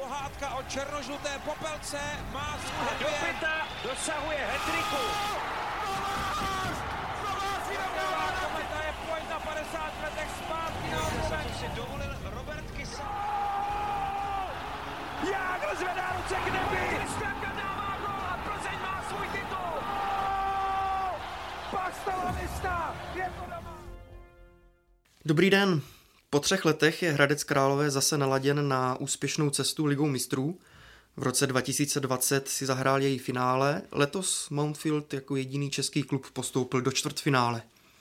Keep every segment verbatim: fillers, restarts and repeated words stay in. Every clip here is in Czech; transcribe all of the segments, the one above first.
pohádka o černožluté popelce má svůj a dopita dosahuje hat-tricku. Kometa je pojď na padesát letech zpátky na oblomek. To si dovolil Robert Kysa. Jágr zvedá ruce k nebi. Kristianka dává gól a Plzeň má svůj titul. Basta la vista, je to doma. Dobrý den. Po třech letech je Hradec Králové zase naladěn na úspěšnou cestu Ligou mistrů. V roce dva tisíce dvacet si zahrál její finále, letos Mountfield jako jediný český klub postoupil do čtvrtfinále.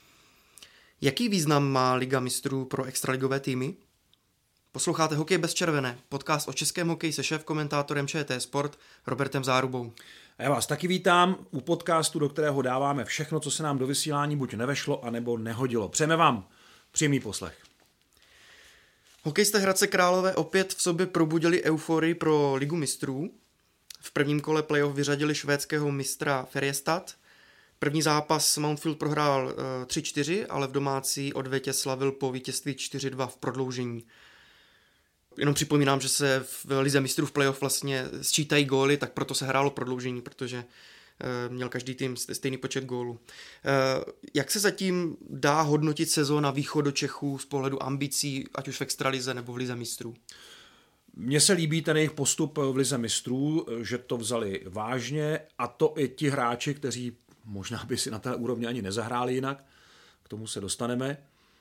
Jaký význam má Liga mistrů pro extraligové týmy? Posloucháte Hokej bez červené, podcast o českém hokeji se šéfkomentátorem ČT Sport Robertem Zárubou. A já vás taky vítám u podcastu, do kterého dáváme všechno, co se nám do vysílání buď nevešlo, anebo nehodilo. Přejeme vám příjemný poslech. Hokejisté Hradce Králové opět v sobě probudili euforii pro Ligu mistrů. V prvním kole playoff vyřadili švédského mistra Färjestad. První zápas Mountfield prohrál tři čtyři, ale v domácí odvetě slavil po vítězství čtyři dva v prodloužení. Jenom připomínám, že se v Lize mistrů v playoff vlastně sčítají góly, tak proto se hrálo prodloužení, protože měl každý tým stejný počet gólů. Jak se zatím dá hodnotit sezóna východ do Čechů z pohledu ambicí, ať už v extralize nebo v Lize mistrů? Mně se líbí ten jejich postup v Lize mistrů, že to vzali vážně, a to i ti hráči, kteří možná by si na té úrovni ani nezahráli jinak. K tomu se dostaneme.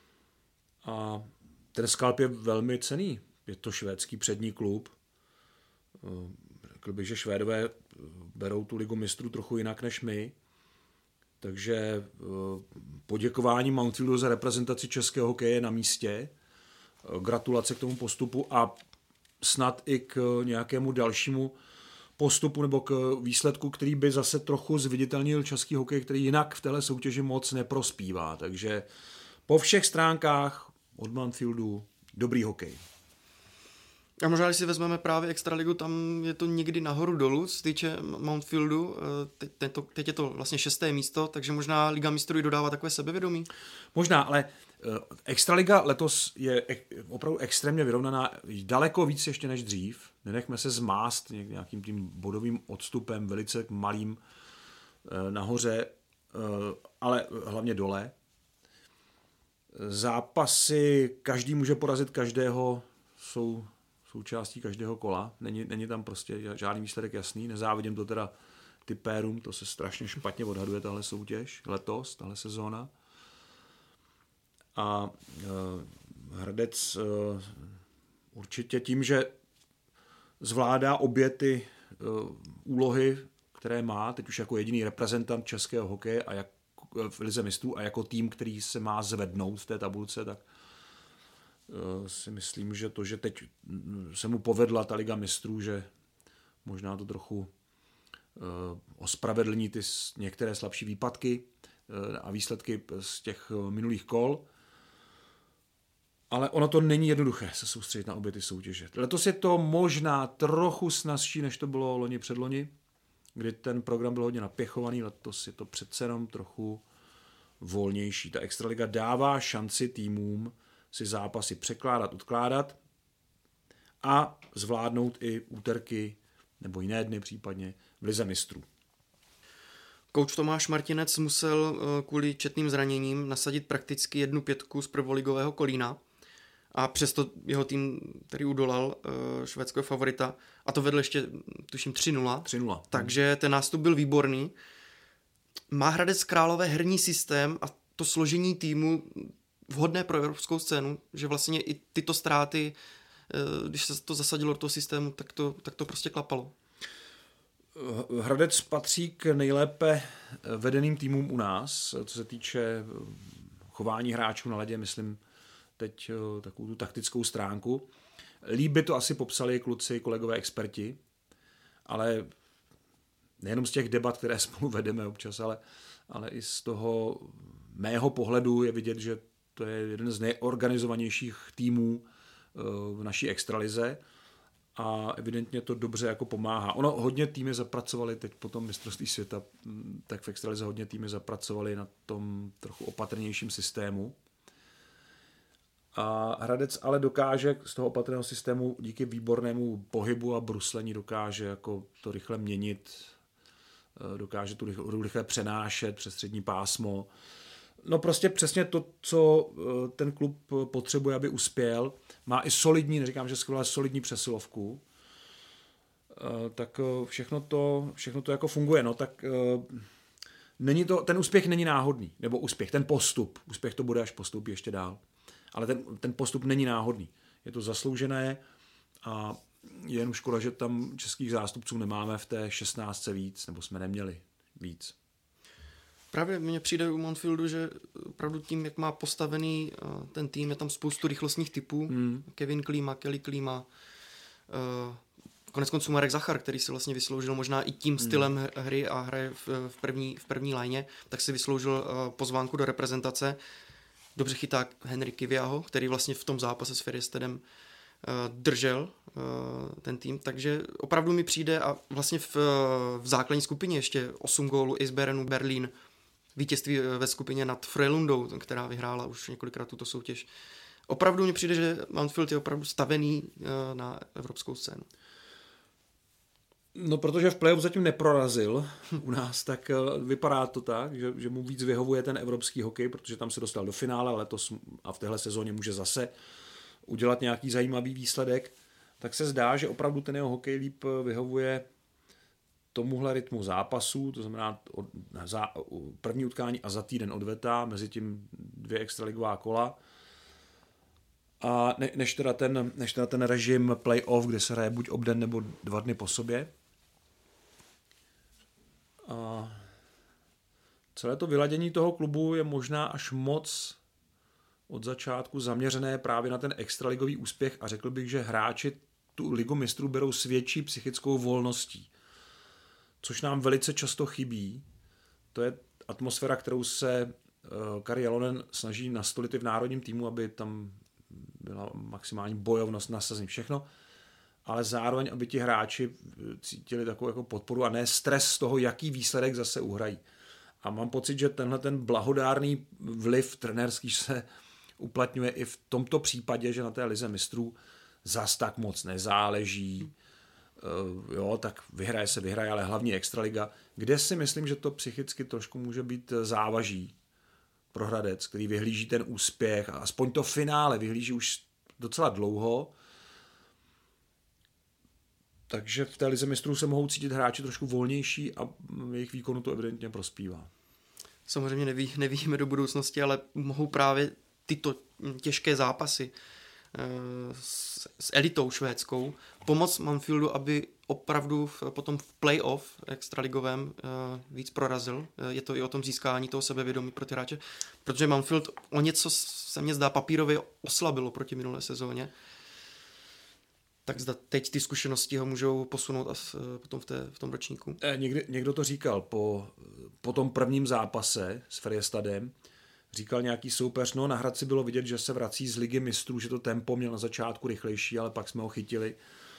A ten skalp je velmi cenný. Je to švédský přední klub. Řekl bych, že Švédové berou tu Ligu mistrů trochu jinak než my. Takže poděkování Mountfieldu za reprezentaci českého hokeje na místě. Gratulace k tomu postupu a snad i k nějakému dalšímu postupu nebo k výsledku, který by zase trochu zviditelnil český hokej, který jinak v téhle soutěži moc neprospívá. Takže po všech stránkách od Mountfieldu dobrý hokej. A možná, když si vezmeme právě extraligu, tam je to někdy nahoru dolů, co se týče Mountfieldu. Teď, teď, to, teď je to vlastně šesté místo, takže možná Liga mistrů dodává takové sebevědomí. Možná, ale extraliga letos je opravdu extrémně vyrovnaná, daleko víc ještě než dřív. Nenechme se zmást nějakým tím bodovým odstupem, velice malým nahoře, ale hlavně dole. Zápasy, každý může porazit každého, jsou součástí každého kola. Není, není tam prostě žádný výsledek jasný. Nezávidím to teda typérům, to se strašně špatně odhaduje tahle soutěž letos, tahle sezóna. A uh, Hradec uh, určitě tím, že zvládá obě ty uh, úlohy, které má, teď už jako jediný reprezentant českého hokeje a jak v Lize mistrů a jako tým, který se má zvednout v té tabulce, tak uh, si myslím, že to, že teď se mu povedla ta Liga mistrů, že možná to trochu uh, ospravedlní ty některé slabší výpadky uh, a výsledky z těch minulých kol. Ale ono to není jednoduché se soustředit na obě ty soutěže. Letos je to možná trochu snazší, než to bylo loni předloni, kdy ten program byl hodně napěchovaný, letos je to přece jenom trochu volnější. Ta extraliga dává šanci týmům si zápasy překládat, odkládat a zvládnout i úterky nebo jiné dny případně v Lize mistrů. Kouč Tomáš Martinec musel kvůli četným zraněním nasadit prakticky jednu pětku z prvoligového Kolína a přesto jeho tým, který udolal švédského favorita, a to vedl ještě, tuším, tři nula. tři nula. Takže ten nástup byl výborný. Má Hradec Králové herní systém a to složení týmu vhodné pro evropskou scénu, že vlastně i tyto ztráty, když se to zasadilo do toho systému, tak to, tak to prostě klapalo. Hradec patří k nejlépe vedeným týmům u nás, co se týče chování hráčů na ledě, myslím teď takovou tu taktickou stránku. Líp by to asi popsali kluci, kolegové experti, ale nejenom z těch debat, které spolu vedeme občas, ale, ale i z toho mého pohledu je vidět, že to je jeden z nejorganizovanějších týmů v naší extralize. A evidentně to dobře jako pomáhá. Ono hodně týmy zapracovali teď po tom mistrovství světa, tak v extralize hodně týmy zapracovali na tom trochu opatrnějším systému. A Hradec ale dokáže z toho opatrného systému díky výbornému pohybu a bruslení dokáže jako to rychle měnit, dokáže tu rychle, rychle přenášet přes střední pásmo. No prostě přesně to, co ten klub potřebuje, aby uspěl. Má i solidní, neříkám, že skvělé, solidní přesilovku. Tak všechno to, všechno to jako funguje. No tak není to, ten úspěch není náhodný. Nebo úspěch, ten postup. Úspěch to bude, až postoupí ještě dál. Ale ten, ten postup není náhodný. Je to zasloužené a je jen škoda, že tam českých zástupců nemáme v té šestnáctce víc, nebo jsme neměli víc. Právě mně přijde u Mountfieldu, že opravdu tím, jak má postavený ten tým, je tam spoustu rychlostních typů. Hmm. Kevin Klíma, Kelly Klíma, konec konců Marek Zachar, který si vlastně vysloužil možná i tím stylem hmm. hry a hraje v, v první, v první lajně, tak si vysloužil pozvánku do reprezentace. Dobře chytá Henry Kiviaho, který vlastně v tom zápase s Färjestadem držel ten tým, takže opravdu mi přijde a vlastně v, v základní skupině ještě osm gólů Isberenu Berlín, vítězství ve skupině nad Frölundou, která vyhrála už několikrát tuto soutěž. Opravdu mi přijde, že Mountfield je opravdu stavený na evropskou scénu. No, protože v playoff zatím neprorazil u nás, tak vypadá to tak, že, že mu víc vyhovuje ten evropský hokej, protože tam se dostal do finále letos a v téhle sezóně může zase udělat nějaký zajímavý výsledek, tak se zdá, že opravdu ten jeho hokej líp vyhovuje tomuhle rytmu zápasů, to znamená od, za, první utkání a za týden odveta, mezi tím dvě extraligová kola. A ne, než, teda ten, než teda ten režim play-off, kde se hraje buď obden nebo dva dny po sobě. A celé to vyladění toho klubu je možná až moc od začátku zaměřené právě na ten extraligový úspěch a řekl bych, že hráči tu ligu mistrů berou s větší psychickou volností, což nám velice často chybí. To je atmosféra, kterou se Kari Jalonen snaží nastolit i v národním týmu, aby tam byla maximální bojovnost, nasazení, všechno, ale zároveň, aby ti hráči cítili takovou jako podporu a ne stres z toho, jaký výsledek zase uhrají. A mám pocit, že tenhle ten blahodárný vliv trenérský se uplatňuje i v tomto případě, že na té lize mistrů zas tak moc nezáleží. Jo, tak vyhraje se, vyhraje, ale hlavně extraliga, kde si myslím, že to psychicky trošku může být závaží pro Hradec, který vyhlíží ten úspěch a aspoň to finále vyhlíží už docela dlouho. Takže v té lize mistrů se mohou cítit hráči trošku volnější a jejich výkonu to evidentně prospívá. Samozřejmě neví, nevíme do budoucnosti, ale mohou právě tyto těžké zápasy s, s elitou švédskou pomoct Mountfieldu, aby opravdu v, potom v play-off extraligovém víc prorazil. Je to i o tom získání toho sebevědomí pro ty hráče, protože Mountfield o něco se mně zdá papírově oslabilo proti minulé sezóně. Tak zda teď ty zkušenosti ho můžou posunout a potom v, té, v tom ročníku. Někdy, někdo to říkal po, po tom prvním zápase s Färjestadem. Říkal nějaký soupeř, no na Hradci bylo vidět, že se vrací z ligy mistrů, že to tempo měl na začátku rychlejší, ale pak jsme ho chytili.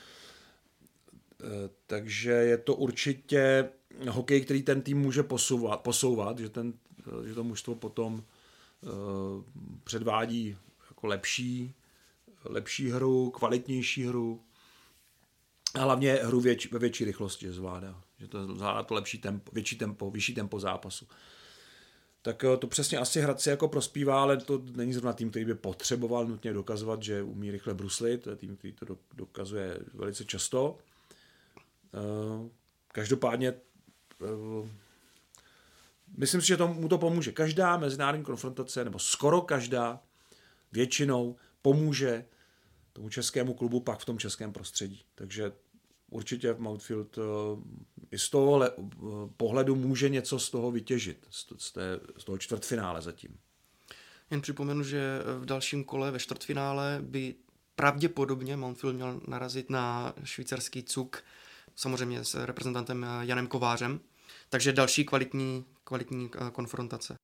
Takže je to určitě hokej, který ten tým může posouvat, posouvat že, ten, že to mužstvo potom uh, předvádí jako lepší, lepší hru, kvalitnější hru a hlavně hru věč, ve větší rychlosti zvládá. Že to zvládá to lepší tempo, větší tempo, vyšší tempo zápasu. Tak to přesně asi Hradci jako prospívá, ale to není zrovna tým, který by potřeboval nutně dokazovat, že umí rychle bruslit. To je tým, který to dokazuje velice často. Každopádně myslím si, že to, mu to pomůže. Každá mezinárodní konfrontace, nebo skoro každá, většinou pomůže tomu českému klubu pak v tom českém prostředí. Takže určitě Mountfield i z toho pohledu může něco z toho vytěžit, z, té, z toho čtvrtfinále zatím. Jen připomenu, že v dalším kole ve čtvrtfinále by pravděpodobně Mountfield měl narazit na švýcarský Cuk, samozřejmě s reprezentantem Janem Kovářem, takže další kvalitní, kvalitní konfrontace.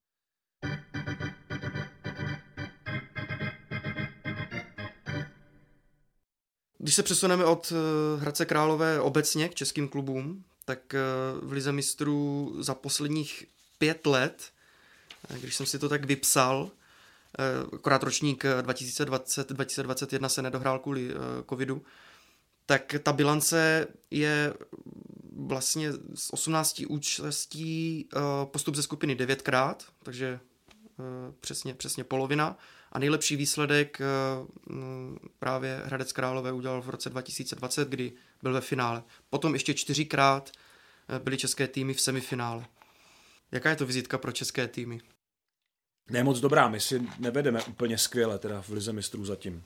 Když se přesuneme od Hradce Králové obecně k českým klubům, tak v lize mistrů za posledních pět let, když jsem si to tak vypsal, akorát ročník dva tisíce dvacet dva tisíce dvacet jedna se nedohrál kvůli covidu, tak ta bilance je vlastně z osmnácti účastí postup ze skupiny devětkrát, takže přesně, přesně polovina. A nejlepší výsledek právě Hradec Králové udělal v roce dva tisíce dvacet, kdy byl ve finále. Potom ještě čtyřikrát byly české týmy v semifinále. Jaká je to vizitka pro české týmy? Ne moc dobrá, my si nevedeme úplně skvěle teda v Lize mistrů zatím.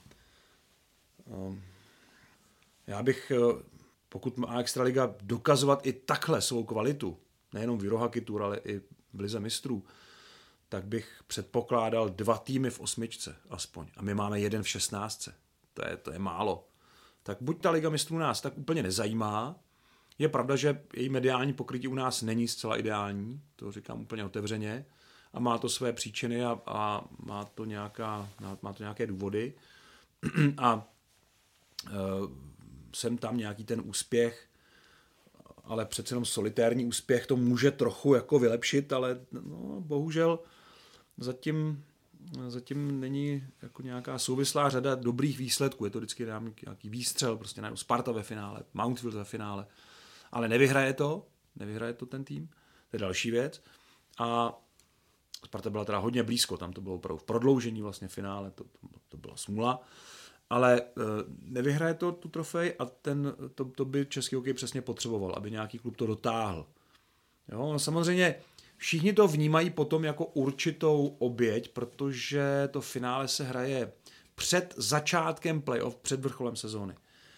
Já bych, pokud má Extraliga dokazovat i takhle svou kvalitu, nejenom v Eurohockey Tour, ale i v Lize mistrů, tak bych předpokládal dva týmy v osmičce aspoň. A my máme jeden v šestnáctce. To je, to je málo. Tak buď ta Liga mistrů nás tak úplně nezajímá, je pravda, že její mediální pokrytí u nás není zcela ideální, to říkám úplně otevřeně, a má to své příčiny a, a má, to nějaká, má to nějaké důvody. A e, jsem tam nějaký ten úspěch, ale přece jenom solitérní úspěch to může trochu jako vylepšit, ale no, bohužel zatím, zatím není jako nějaká souvislá řada dobrých výsledků. Je to vždycky nějaký výstřel, prostě najednou Sparta ve finále, Mountfield ve finále, ale nevyhraje to, nevyhraje to ten tým, to je další věc. A Sparta byla teda hodně blízko, tam to bylo opravdu v prodloužení vlastně finále, to, to, to byla smůla. Ale e, nevyhraje to tu trofej a ten, to, to by český hokej přesně potřeboval, aby nějaký klub to dotáhl. Jo, samozřejmě všichni to vnímají potom jako určitou oběť, protože to finále se hraje před začátkem playoff, před vrcholem sezóny.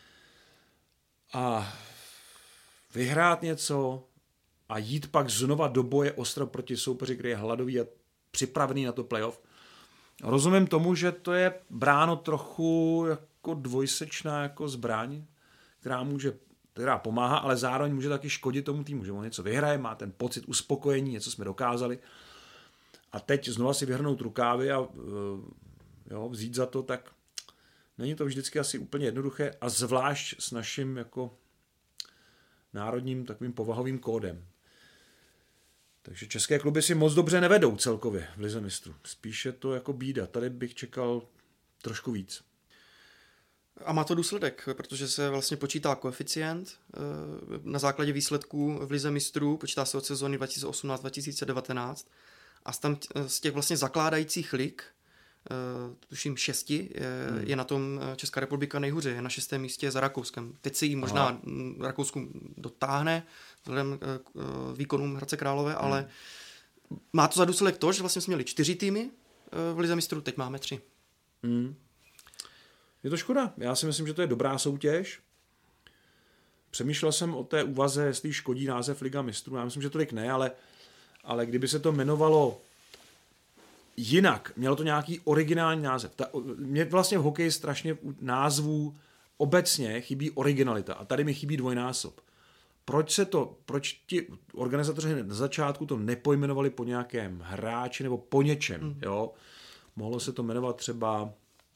A vyhrát něco a jít pak znova do boje ostro proti soupeři, který je hladový a připravený na to playoff. Rozumím tomu, že to je bráno trochu jako dvojsečná jako zbraň, která může, která pomáhá, ale zároveň může taky škodit tomu týmu, že on něco vyhraje, má ten pocit uspokojení, něco jsme dokázali. A teď znova si vyhrnout rukávy a jo, vzít za to, tak není to vždycky asi úplně jednoduché a zvlášť s naším jako národním takovým povahovým kódem. Takže české kluby si moc dobře nevedou celkově v Lize mistrů. Spíše to jako bída. Tady bych čekal trošku víc. A má to důsledek, protože se vlastně počítá koeficient na základě výsledků v Lize mistrů, počítá se od sezóny dva tisíce osmnáct dva tisíce devatenáct a z těch vlastně zakládajících lig, tuším šesti, je, hmm. je na tom Česká republika nejhůře, je na šestém místě za Rakouskem. Teď si ji možná Aha. Rakousku dotáhne vzhledem k výkonům Hradce Králové, hmm. ale má to za důsledek to, že vlastně jsme měli čtyři týmy v Lize mistrů, teď máme tři. Hmm. Je to škoda. Já si myslím, že to je dobrá soutěž. Přemýšlel jsem o té úvaze, jestli škodí název Liga mistrů. Já myslím, že tolik ne, ale, ale kdyby se to jmenovalo jinak, mělo to nějaký originální název. Ta, mě vlastně v hokeji strašně názvů obecně chybí originalita a tady mi chybí dvojnásob. Proč se to, proč ti organizatoři na začátku to nepojmenovali po nějakém hráči nebo po něčem, mm. jo? Mohlo se to jmenovat třeba,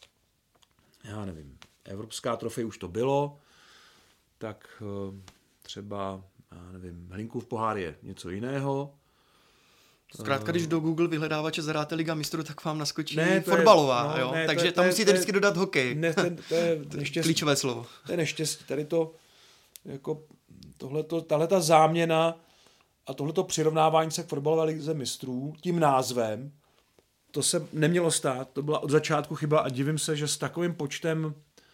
já nevím, Evropská trofej už to bylo, tak třeba, já nevím, Hlinkův pohár je něco jiného. Zkrátka, když do Google vyhledávače zadáte Liga mistrů, tak vám naskočí ne, fotbalová, no, jo? Ne, takže to je, tam to je, musíte to je, vždycky dodat hokej. Ne, to, to je neštěstí. Klíčové slovo. To je neštěstí. Tady to, jako tohleto, tahleta záměna a tohleto přirovnávání se k fotbalové lize mistrů tím názvem, to se nemělo stát. To byla od začátku chyba a divím se, že s takovým počtem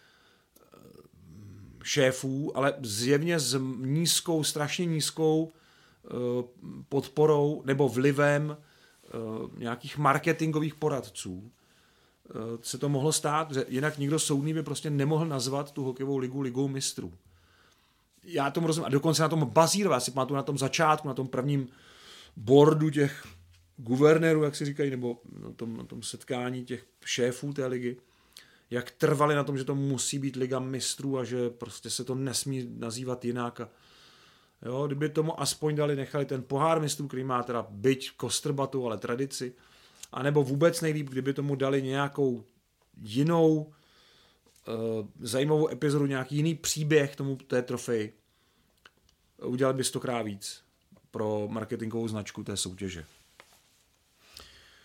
šéfů, ale zjevně s nízkou, strašně nízkou podporou nebo vlivem nějakých marketingových poradců se to mohlo stát, že jinak nikdo soudný by prostě nemohl nazvat tu hokejovou ligu ligou mistrů. Já tomu rozumím. A dokonce na tom bazírovat, já si pamatuju na tom začátku, na tom prvním boardu těch guvernérů, jak si říkají, nebo na tom, na tom setkání těch šéfů té ligy, jak trvali na tom, že to musí být liga mistrů a že prostě se to nesmí nazývat jinak. A jo, kdyby tomu aspoň dali, nechali ten pohár mistrů, který má teda byť kostrbatou, ale tradici, anebo vůbec nejlíp, kdyby tomu dali nějakou jinou uh, zajímavou epizodu, nějaký jiný příběh tomu té trofeji, udělali by stokrát víc pro marketingovou značku té soutěže.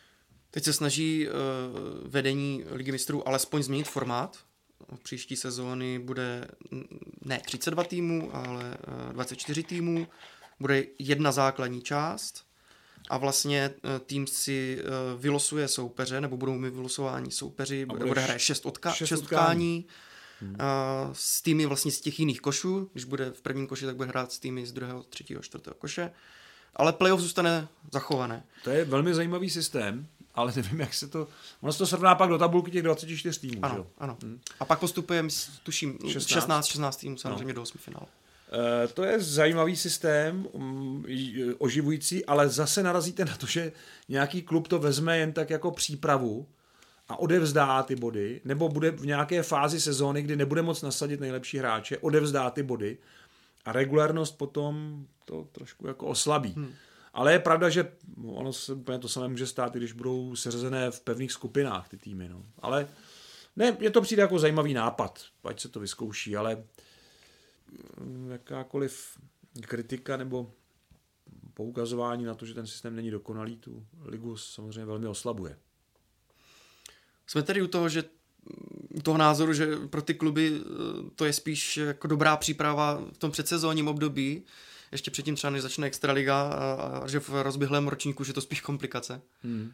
Teď se snaží uh, vedení Ligy mistrů alespoň změnit formát. Příští sezóny bude ne třicet dva týmů, ale uh, dvacet čtyři týmů. Bude jedna základní část a vlastně uh, tým si uh, vylosuje soupeře, nebo budou mi vylosováni soupeři, bude, bude hraje šest, odka- šest, šest utkání. Hmm. Uh, s týmy vlastně z těch jiných košů. Když bude v prvním koši, tak bude hrát s týmy z druhého, třetího, čtvrtého koše. Ale playoff zůstane zachované. To je velmi zajímavý systém, ale nevím, jak se to... Ono se to srovná pak do tabulky těch dvacet čtyři týmů. Ano, že? ano. Hmm. A pak postupuje, tuším, šestnáct šestnáct týmů samozřejmě no. do osmi finále. Uh, to je zajímavý systém, um, oživující, ale zase narazíte na to, že nějaký klub to vezme jen tak jako přípravu a odevzdá ty body, nebo bude v nějaké fázi sezóny, kdy nebude moc nasadit nejlepší hráče, odevzdá ty body a regulárnost potom to trošku jako oslabí. Hmm. Ale je pravda, že ono se úplně to samé může stát, když budou seřazené v pevných skupinách ty týmy. No. Ale ne, je to přijde jako zajímavý nápad, ať se to vyzkouší, ale jakákoliv kritika nebo poukazování na to, že ten systém není dokonalý, tu ligu samozřejmě velmi oslabuje. Jsme tedy u toho, že u toho názoru, že pro ty kluby to je spíš jako dobrá příprava v tom předsezónním období, ještě předtím třeba než začne extraliga a, a že v rozběhlém ročníku, že to spíš komplikace. Hmm.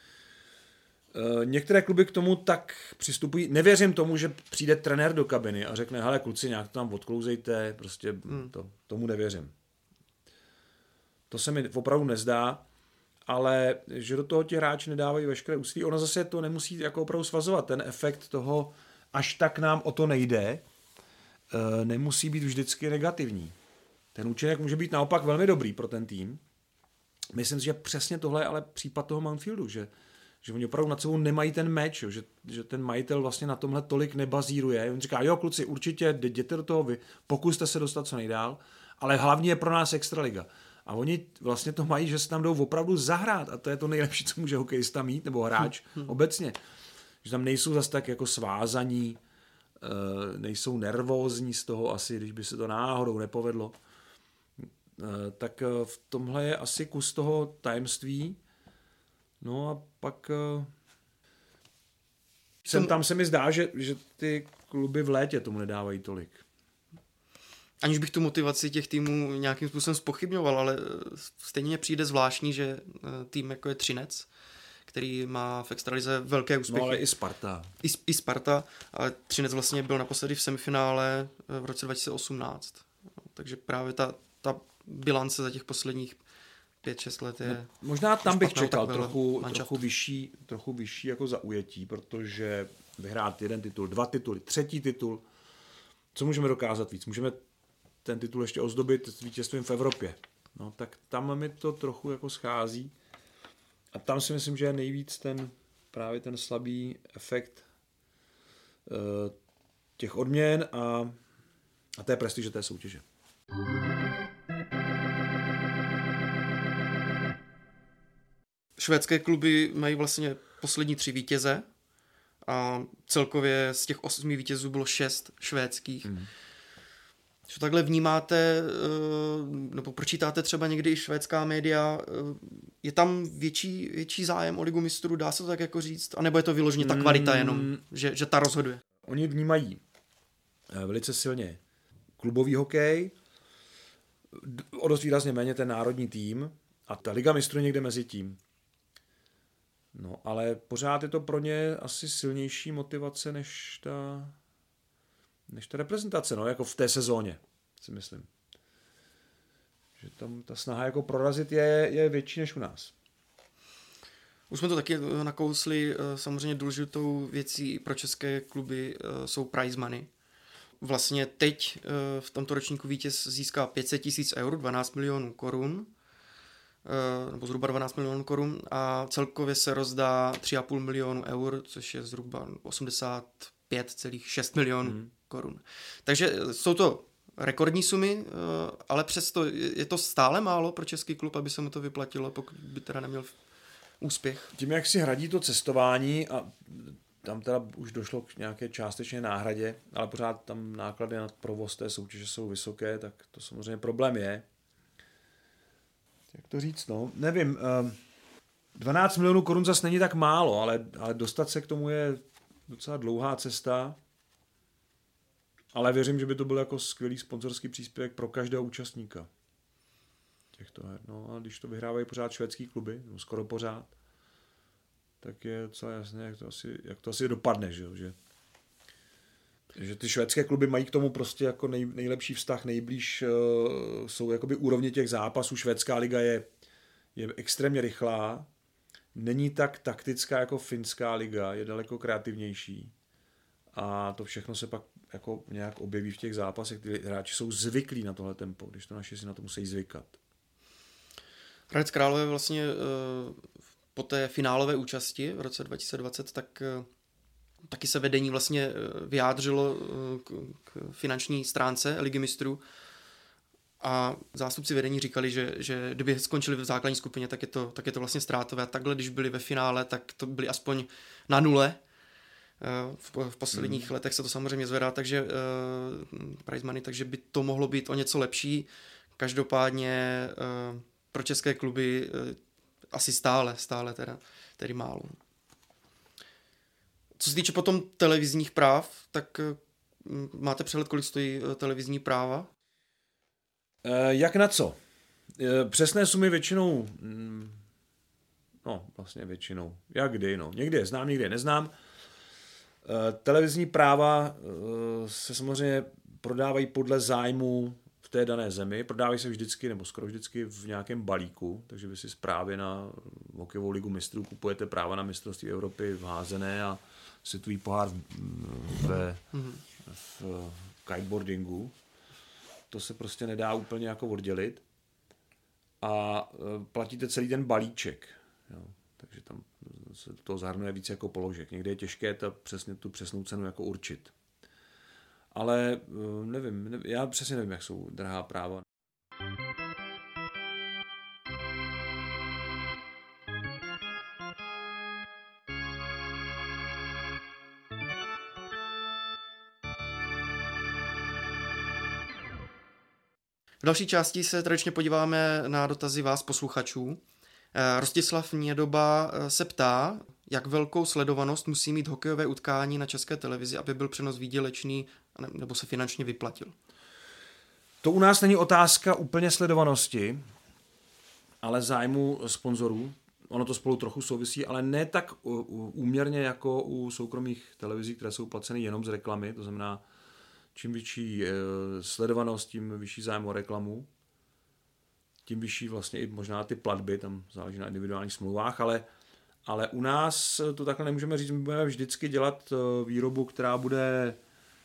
E, některé kluby k tomu tak přistupují. Nevěřím tomu, že přijde trenér do kabiny a řekne, hele kluci, nějak to tam odklouzejte, prostě hmm. to, tomu nevěřím. To se mi opravdu nezdá, ale že do toho ti hráči nedávají veškeré úsilí, ono zase to nemusí jako opravdu svazovat. Ten efekt toho, až tak nám o to nejde, e, nemusí být vždycky negativní. Ten účinek může být naopak velmi dobrý pro ten tým. Myslím si, že přesně tohle je ale případ toho Mountfieldu, že, že oni opravdu nad sebou nemají ten meč, že, že ten majitel vlastně na tomhle tolik nebazíruje. On říká, jo kluci, určitě jděte do toho, vy pokuste se dostat co nejdál, ale hlavně je pro nás extraliga. A oni vlastně to mají, že se tam jdou opravdu zahrát a to je to nejlepší, co může hokejista mít, nebo hráč hmm. obecně. Že tam nejsou zase tak jako svázaní, nejsou nervózní z toho asi, když by se to náhodou nepovedlo. Tak v tomhle je asi kus toho tajemství. No a pak sem tam se mi zdá, že, že ty kluby v létě tomu nedávají tolik. Aniž bych tu motivaci těch týmů nějakým způsobem zpochybňoval, ale stejně mě přijde zvláštní, že tým jako je Třinec, který má v extralize velké úspěchy. No ale i Sparta. I, i Sparta, ale Třinec vlastně byl naposledy v semifinále v roce dva tisíce osmnáct. Takže právě ta, ta bilance za těch posledních pět šest let je... No, možná tam bych čekal trochu, trochu, vyšší, trochu vyšší jako zaujetí, protože vyhrát jeden titul, dva tituly, třetí titul. Co můžeme dokázat víc? Můžeme ten titul ještě ozdobit s vítězstvím v Evropě. No tak tam mi to trochu jako schází. A tam si myslím, že je nejvíc ten právě ten slabý efekt uh, těch odměn a, a té prestiže té soutěže. Švédské kluby mají vlastně poslední tři vítěze a celkově z těch osmi vítězů bylo šest švédských. Mm. Co takhle vnímáte, nebo pročítáte třeba někdy i švédská média, je tam větší, větší zájem o Ligu mistrů, dá se to tak jako říct? A nebo je to vyloženě ta kvalita jenom, že, že ta rozhoduje? Oni vnímají velice silně klubový hokej, o dost výrazně méně ten národní tým a ta Liga mistrů někde mezi tím. No, ale pořád je to pro ně asi silnější motivace než ta, než ta reprezentace, no, jako v té sezóně, si myslím. Že tam ta snaha jako prorazit je, je větší než u nás. Už jsme to taky nakousli, samozřejmě důležitou věcí pro české kluby jsou prize money. Vlastně teď v tomto ročníku vítěz získá pět set tisíc eur, dvanáct milionů korun, nebo zhruba dvanáct milionů korun a celkově se rozdá tři a půl milionu eur, což je zhruba osmdesát pět celá šest milionů hmm. korun. Takže jsou to rekordní sumy, ale přesto je to stále málo pro český klub, aby se mu to vyplatilo, pokud by teda neměl úspěch. Tím, jak si hradí to cestování a tam teda už došlo k nějaké částečné náhradě, ale pořád tam náklady na provoz té soutěže jsou vysoké, tak to samozřejmě problém je. Jak to říct, no? Nevím. dvanáct milionů korun zase není tak málo, ale, ale dostat se k tomu je docela dlouhá cesta. Ale věřím, že by to byl jako skvělý sponzorský příspěvek pro každého účastníka těchto her. No a když to vyhrávají pořád švédský kluby, no skoro pořád, tak je docela jasné, jak to asi, jak to asi dopadne, že, že, že ty švédské kluby mají k tomu prostě jako nej, nejlepší vztah, nejblíž uh, jsou jakoby úrovně těch zápasů. Švédská liga je, je extrémně rychlá, není tak taktická jako finská liga, je daleko kreativnější a to všechno se pak jako nějak objeví v těch zápasech. Ty hráči jsou zvyklí na tohle tempo, když to naši si na to musí zvykat. Hradec Králové vlastně po té finálové účasti v roce dva tisíce dvacet, tak taky se vedení vlastně vyjádřilo k, k finanční stránce Ligy mistrů a zástupci vedení říkali, že, že kdyby skončili v základní skupině, tak je to, tak je to vlastně ztrátové. A takhle, když byli ve finále, tak to byli aspoň na nule. V, v posledních hmm. letech se to samozřejmě zvedá, takže uh, prize money, takže by to mohlo být o něco lepší. Každopádně uh, pro české kluby uh, asi stále, stále teda, tedy málo. Co se týče potom televizních práv, tak uh, máte přehled, kolik stojí uh, televizní práva? E, jak na co? E, přesné sumy většinou, mm, no vlastně většinou, jak kdy, no. Někdy je znám, někdy je neznám. Televizní práva se samozřejmě prodávají podle zájmu v té dané zemi. Prodávají se vždycky, nebo skoro vždycky v nějakém balíku, takže vy si právě na hokejovou ligu mistrů kupujete práva na mistrovství Evropy v házené a světový pohár ve, v kiteboardingu. To se prostě nedá úplně jako oddělit. A platíte celý ten balíček. Jo. Takže tam se to zahrnuje víc jako položek. Někdy je těžké ta přesně, tu přesnou cenu jako určit. Ale nevím, nevím, já přesně nevím, jak jsou drahá práva. V další části se tradičně podíváme na dotazy vás posluchačů. Rostislav Nědoba se ptá, jak velkou sledovanost musí mít hokejové utkání na České televizi, aby byl přenos výdělečný nebo se finančně vyplatil. To u nás není otázka úplně sledovanosti, ale zájmu sponzorů. Ono to spolu trochu souvisí, ale ne tak úměrně jako u soukromých televizí, které jsou placeny jenom z reklamy. To znamená, čím větší sledovanost, tím vyšší zájem o reklamu. Tím vyšší vlastně i možná ty platby, tam záleží na individuálních smlouvách, ale, ale u nás to takhle nemůžeme říct, my budeme vždycky dělat výrobu, která bude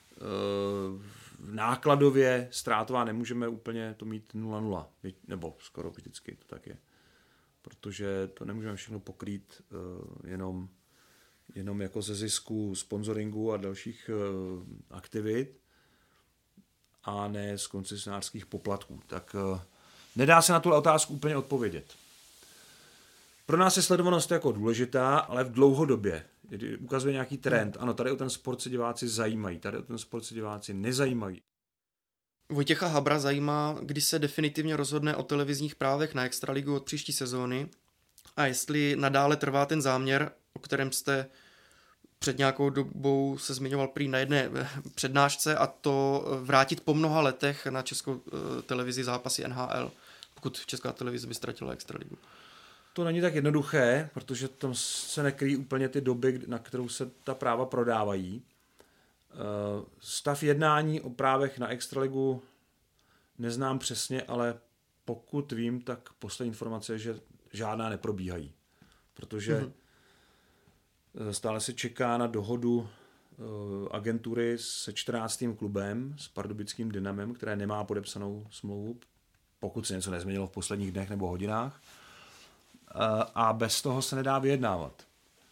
nákladově ztrátová, nemůžeme úplně to mít nula nula, nebo skoro vždycky to tak je, protože to nemůžeme všechno pokrýt jenom, jenom jako ze zisku sponsoringu a dalších aktivit a ne z koncesionářských poplatků. Tak nedá se na tu otázku úplně odpovědět. Pro nás je sledovanost jako důležitá, ale v dlouhodobě. Ukazuje nějaký trend. Ano, tady o ten sport se diváci zajímají, tady o ten sport se diváci nezajímají. Vojtěcha Habra zajímá, kdy se definitivně rozhodne o televizních právech na Extraligu od příští sezóny a jestli nadále trvá ten záměr, o kterém jste před nějakou dobou se zmiňoval prý na jedné přednášce, a to vrátit po mnoha letech na Českou televizi zápasy N H L, pokud Česká televize by ztratila Extraligu. To není tak jednoduché, protože tam se nekryjí úplně ty doby, na kterou se ta práva prodávají. Stav jednání o právech na Extraligu neznám přesně, ale pokud vím, tak poslední informace je, že žádná neprobíhají. Protože mm-hmm. stále se čeká na dohodu agentury se čtrnáctým klubem, s pardubickým Dynamem, které nemá podepsanou smlouvu, pokud se něco nezměnilo v posledních dnech nebo hodinách. A bez toho se nedá vyjednávat.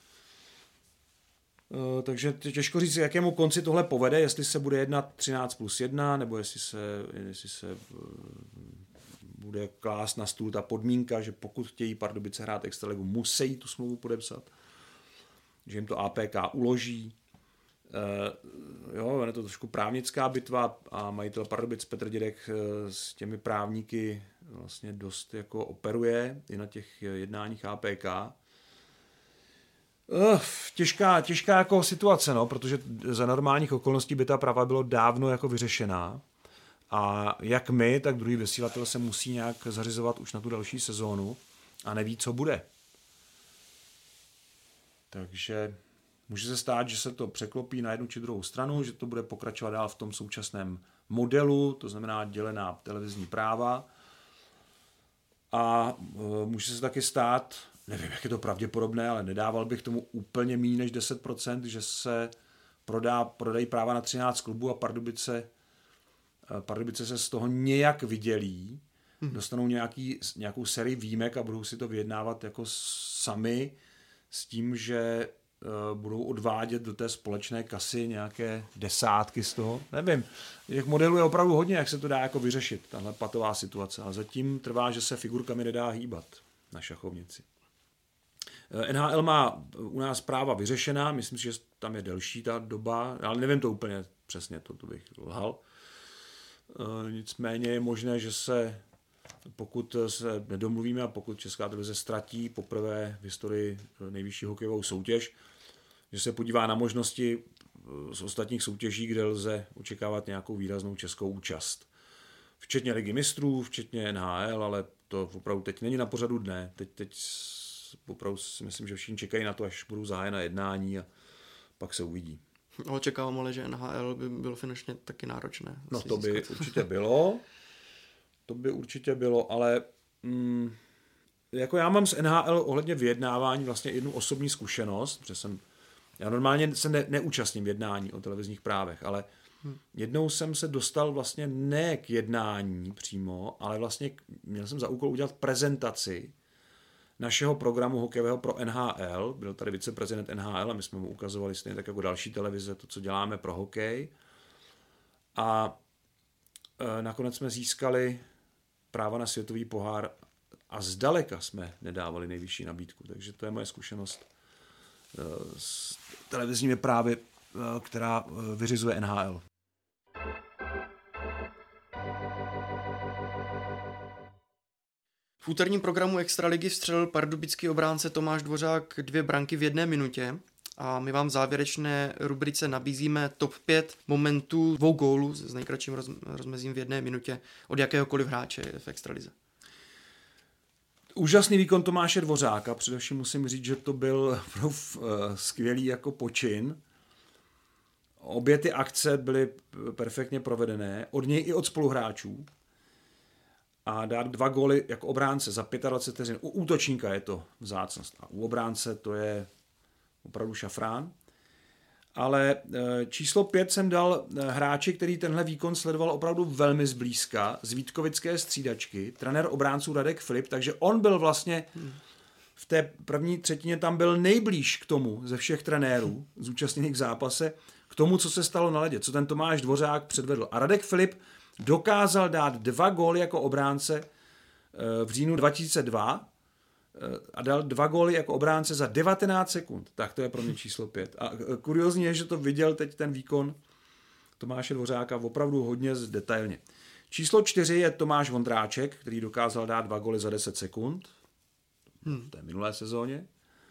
Takže těžko říct, jakému konci tohle povede, jestli se bude jednat třináct plus jedna, nebo jestli se, jestli se bude klást na stůl ta podmínka, že pokud chtějí Pardubice hrát Extraligu, musí tu smlouvu podepsat, že jim to A P K uloží. Jo, je to trošku právnická bitva a majitel Pardubic Petr Dědek s těmi právníky vlastně dost jako operuje i na těch jednáních A P K. Uh, těžká, těžká jako situace, no, protože za normálních okolností by ta prava bylo dávno jako vyřešená. A jak my, tak druhý vysílatel se musí nějak zařizovat už na tu další sezónu a neví, co bude. Takže může se stát, že se to překlopí na jednu či druhou stranu, že to bude pokračovat dál v tom současném modelu, to znamená dělená televizní práva. A může se taky stát, nevím, jak je to pravděpodobné, ale nedával bych tomu úplně méně než deset procent, že se prodá, prodají práva na třináct klubů a Pardubice, Pardubice se z toho nějak vydělí, hmm. dostanou nějaký, nějakou sérii výjimek a budou si to vyjednávat jako sami s tím, že uh, budou odvádět do té společné kasy nějaké desátky z toho. Nevím, těch modelů je opravdu hodně, jak se to dá jako vyřešit, tahle patová situace. Ale zatím trvá, že se figurkami nedá hýbat na šachovnici. N H L má u nás práva vyřešená, myslím si, že tam je delší ta doba, ale nevím to úplně přesně, to, to bych lhal. E, nicméně je možné, že se, pokud se nedomluvíme a pokud Česká televize ztratí poprvé v historii nejvyšší hokejovou soutěž, že se podívá na možnosti z ostatních soutěží, kde lze očekávat nějakou výraznou českou účast. Včetně Ligy mistrů, včetně N H L, ale to opravdu teď není na pořadu dne. Teď, teď opravdu si myslím, že všichni čekají na to, až budou zahájena jednání a pak se uvidí. Očekávám ale, že N H L by bylo finančně taky náročné. No to by určitě bylo. To by určitě bylo, ale mm, jako já mám s N H L ohledně vyjednávání vlastně jednu osobní zkušenost, protože jsem, já normálně se ne, neúčastním jednání o televizních právech, ale hmm. jednou jsem se dostal vlastně ne k jednání přímo, ale vlastně měl jsem za úkol udělat prezentaci našeho programu hokejového pro N H L. Byl tady viceprezident N H L a my jsme mu ukazovali stejně tak jako další televize to, co děláme pro hokej. A e, nakonec jsme získali práva na světový pohár a zdaleka jsme nedávali nejvyšší nabídku. Takže to je moje zkušenost e, s televizními právy, e, která e, vyřizuje N H L. V úterním programu Extraligy vstřelil pardubický obránce Tomáš Dvořák dvě branky v jedné minutě a my vám v závěrečné rubrice nabízíme top pět momentů dvou gólů s nejkratším roz, rozmezím v jedné minutě od jakéhokoliv hráče v Extralize. Úžasný výkon Tomáše Dvořáka, především musím říct, že to byl skvělý jako počin. Obě ty akce byly perfektně provedené, od něj i od spoluhráčů. A dát dva góly jako obránce za dvacet pět vteřin. U útočníka je to vzácnost. A u obránce to je opravdu šafrán. Ale číslo pět jsem dal hráči, který tenhle výkon sledoval opravdu velmi zblízka, z Vítkovické střídačky, trenér obránců Radek Filip, takže on byl vlastně v té první třetině tam byl nejblíž k tomu ze všech trenérů zúčastněných v zápase, k tomu, co se stalo na ledě, co ten Tomáš Dvořák předvedl. A Radek Filip dokázal dát dva góly jako obránce v říjnu dva tisíce dva a dal dva góly jako obránce za devatenáct sekund. Tak to je pro mě číslo pět. A kuriozní je, že to viděl teď ten výkon Tomáše Dvořáka opravdu hodně detailně. Číslo čtyři je Tomáš Vondráček, který dokázal dát dva góly za deset sekund. V té minulé sezóně.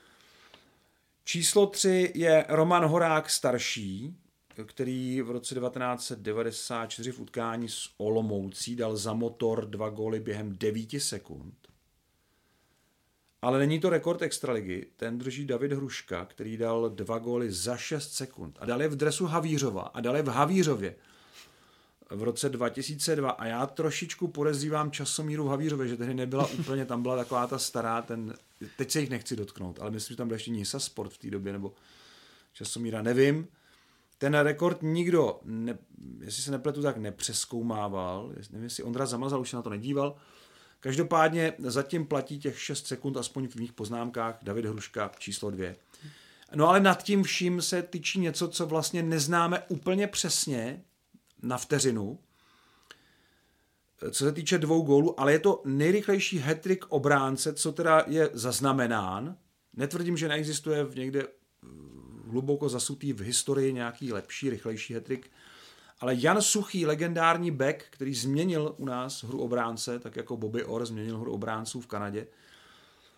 Číslo tři je Roman Horák starší, který v roce devatenáct set devadesát čtyři v utkání s Olomoucí dal za Motor dva góly během devět sekund. Ale není to rekord extraligy, ten drží David Hruška, který dal dva góly za šest sekund. A dal je v dresu Havířova a dal je v Havířově v roce dva tisíce dva. A já trošičku podezřívám Časomíru v Havířově, že tehdy nebyla úplně, tam byla taková ta stará, ten, teď se jich nechci dotknout, ale myslím, že tam byl ještě Nisa Sport v té době, nebo Časomíra, nevím. Ten rekord nikdo, ne, jestli se nepletu, tak nepřezkoumával. Nevím, jestli Ondra Zamazal už se na to nedíval. Každopádně zatím platí těch šest sekund, aspoň v mých poznámkách, David Hruška číslo dvě. No ale nad tím vším se tyčí něco, co vlastně neznáme úplně přesně na vteřinu, co se týče dvou gólů, ale je to nejrychlejší hat-trick obránce, co teda je zaznamenán. Netvrdím, že neexistuje v někde hluboko zasutý v historii nějaký lepší, rychlejší hat-trick, ale Jan Suchý, legendární back, který změnil u nás hru obránce, tak jako Bobby Orr změnil hru obránců v Kanadě,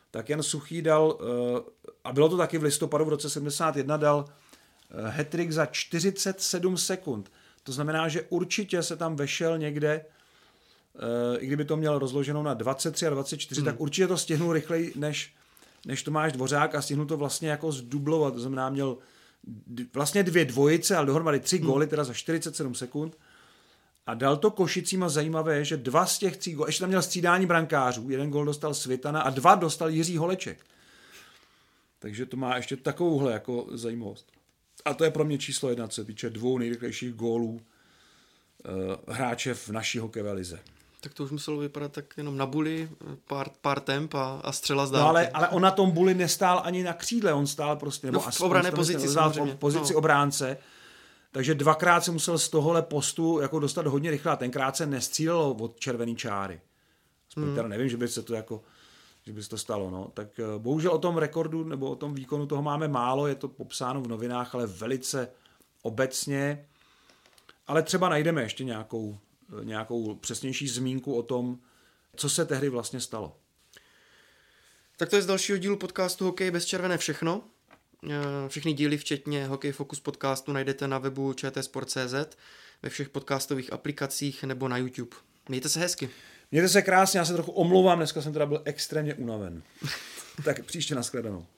tak Jan Suchý dal, a bylo to taky v listopadu v roce sedmdesát jedna, dal hat-trick za čtyřicet sedm sekund. To znamená, že určitě se tam vešel někde, i kdyby to měl rozloženou na dvacet tři a dvacet čtyři, hmm. tak určitě to stihnul rychleji než, než Tomáš Dvořák a stihnul to vlastně jako zdublovat. To znamená, měl vlastně dvě dvojice, ale dohromady tři hmm. góly, teda za čtyřicet sedm sekund. A dal to Košicím a zajímavé, že dva z těch tří gólů, ještě tam měl střídání brankářů, jeden gól dostal Svitana a dva dostal Jiří Holeček. Takže to má ještě takovouhle jako zajímavost. A to je pro mě číslo jedna, co se týče dvou nejrychlejších gólů uh, hráče v naší hokejové lize. Tak to už muselo vypadat tak jenom na buli, pár, pár temp a, a střela z dálky. No ale, ale on na tom buli nestál ani na křídle, on stál prostě, nebo no v obrané pozici samozřejmě. V pozici no. obránce, takže dvakrát se musel z tohohle postu jako dostat hodně rychle a tenkrát se nestřílelo od červený čáry. Aspoň hmm. teda nevím, že by se to jako, že by se to stalo, no. Tak bohužel o tom rekordu nebo o tom výkonu toho máme málo, je to popsáno v novinách, ale velice obecně, ale třeba najdeme ještě nějakou nějakou přesnější zmínku o tom, co se tehdy vlastně stalo. Tak to je z dalšího dílu podcastu Hokej bez červené všechno. Všechny díly, včetně Hokej Focus podcastu, najdete na webu č t sport tečka cé zet, ve všech podcastových aplikacích nebo na YouTube. Mějte se hezky. Mějte se krásně, já se trochu omlouvám, dneska jsem teda byl extrémně unaven. Tak příště nashledanou.